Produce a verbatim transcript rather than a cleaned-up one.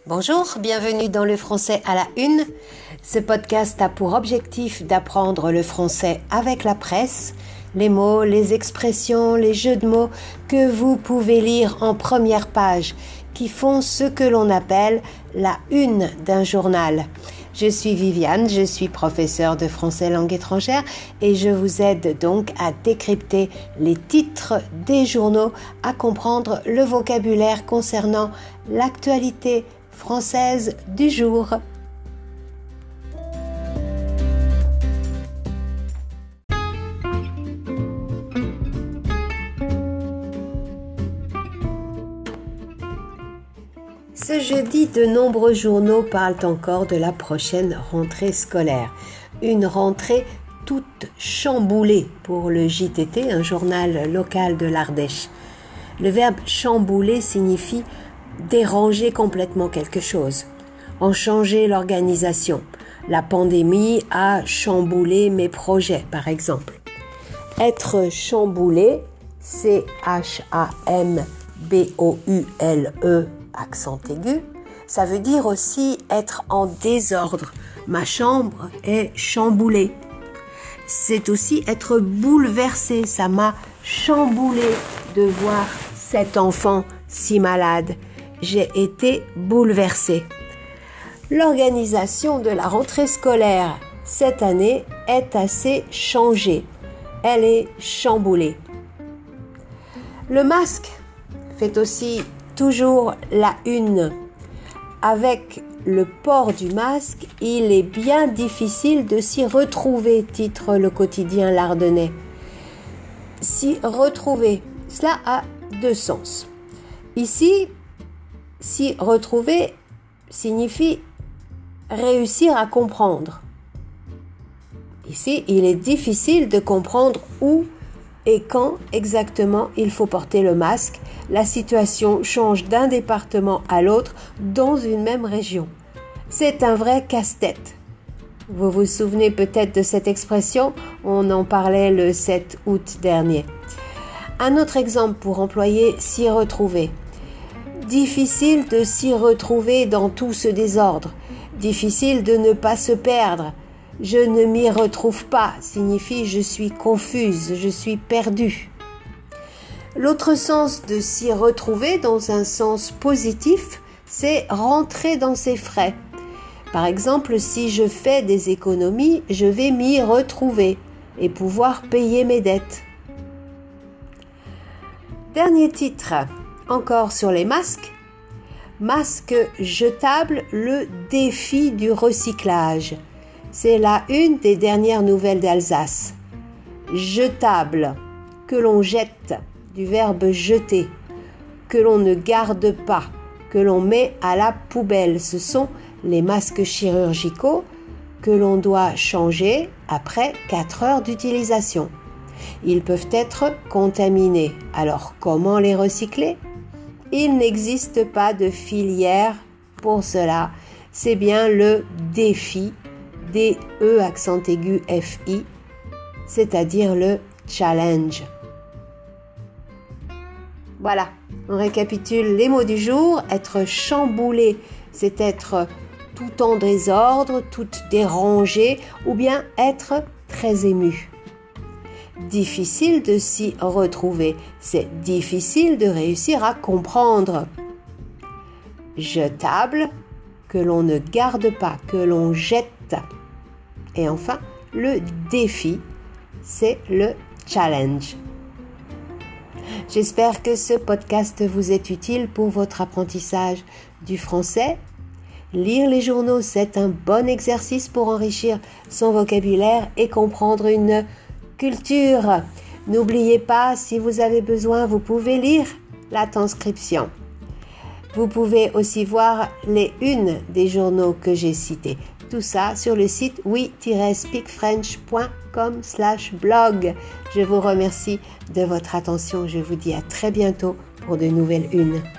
Bonjour, bienvenue dans le français à la une. Ce podcast a pour objectif d'apprendre le français avec la presse, les mots, les expressions, les jeux de mots que vous pouvez lire en première page, qui font ce que l'on appelle la une d'un journal. Je suis Viviane, je suis professeure de français langue étrangère et je vous aide donc à décrypter les titres des journaux, à comprendre le vocabulaire concernant l'actualité française du jour. Ce jeudi, de nombreux journaux parlent encore de la prochaine rentrée scolaire. Une rentrée toute chamboulée pour le J T T, un journal local de l'Ardèche. Le verbe chambouler signifie déranger complètement quelque chose, en changer l'organisation. La pandémie a chamboulé mes projets, par exemple. Être chamboulé, C H A M B O U L E, accent aigu, ça veut dire aussi être en désordre. Ma chambre est chamboulée. C'est aussi être bouleversé. Ça m'a chamboulé de voir cet enfant si malade. J'ai été bouleversée. L'organisation de la rentrée scolaire cette année est assez changée. Elle est chamboulée. Le masque fait aussi toujours la une. Avec le port du masque, il est bien difficile de s'y retrouver, titre le quotidien l'Ardennais. S'y retrouver, cela a deux sens. Ici, s'y retrouver signifie réussir à comprendre. Ici, il est difficile de comprendre où et quand exactement il faut porter le masque. La situation change d'un département à l'autre dans une même région. C'est un vrai casse-tête. Vous vous souvenez peut-être de cette expression, on en parlait le sept août dernier. Un autre exemple pour employer s'y retrouver. Difficile de s'y retrouver dans tout ce désordre. Difficile de ne pas se perdre. Je ne m'y retrouve pas signifie je suis confuse, je suis perdue. L'autre sens de s'y retrouver dans un sens positif, c'est rentrer dans ses frais. Par exemple, si je fais des économies, je vais m'y retrouver et pouvoir payer mes dettes. Dernier titre, encore sur les masques. Masque jetable, le défi du recyclage. C'est la une des dernières nouvelles d'Alsace. Jetable, que l'on jette, du verbe jeter, que l'on ne garde pas, que l'on met à la poubelle. Ce sont les masques chirurgicaux que l'on doit changer après quatre heures d'utilisation. Ils peuvent être contaminés. Alors, comment les recycler ? Il n'existe pas de filière pour cela. C'est bien le défi, D E accent aigu F I, c'est-à-dire le challenge. Voilà, on récapitule les mots du jour. Être chamboulé, c'est être tout en désordre, tout dérangé, ou bien être très ému. Difficile de s'y retrouver, c'est difficile de réussir à comprendre. Jetable, que l'on ne garde pas, que l'on jette. Et enfin, le défi, c'est le challenge. J'espère que ce podcast vous est utile pour votre apprentissage du français. Lire les journaux, c'est un bon exercice pour enrichir son vocabulaire et comprendre une culture. N'oubliez pas, si vous avez besoin, vous pouvez lire la transcription. Vous pouvez aussi voir les unes des journaux que j'ai cités. Tout ça sur le site oui tiret speak french point com slash blog. Je vous remercie de votre attention. Je vous dis à très bientôt pour de nouvelles unes.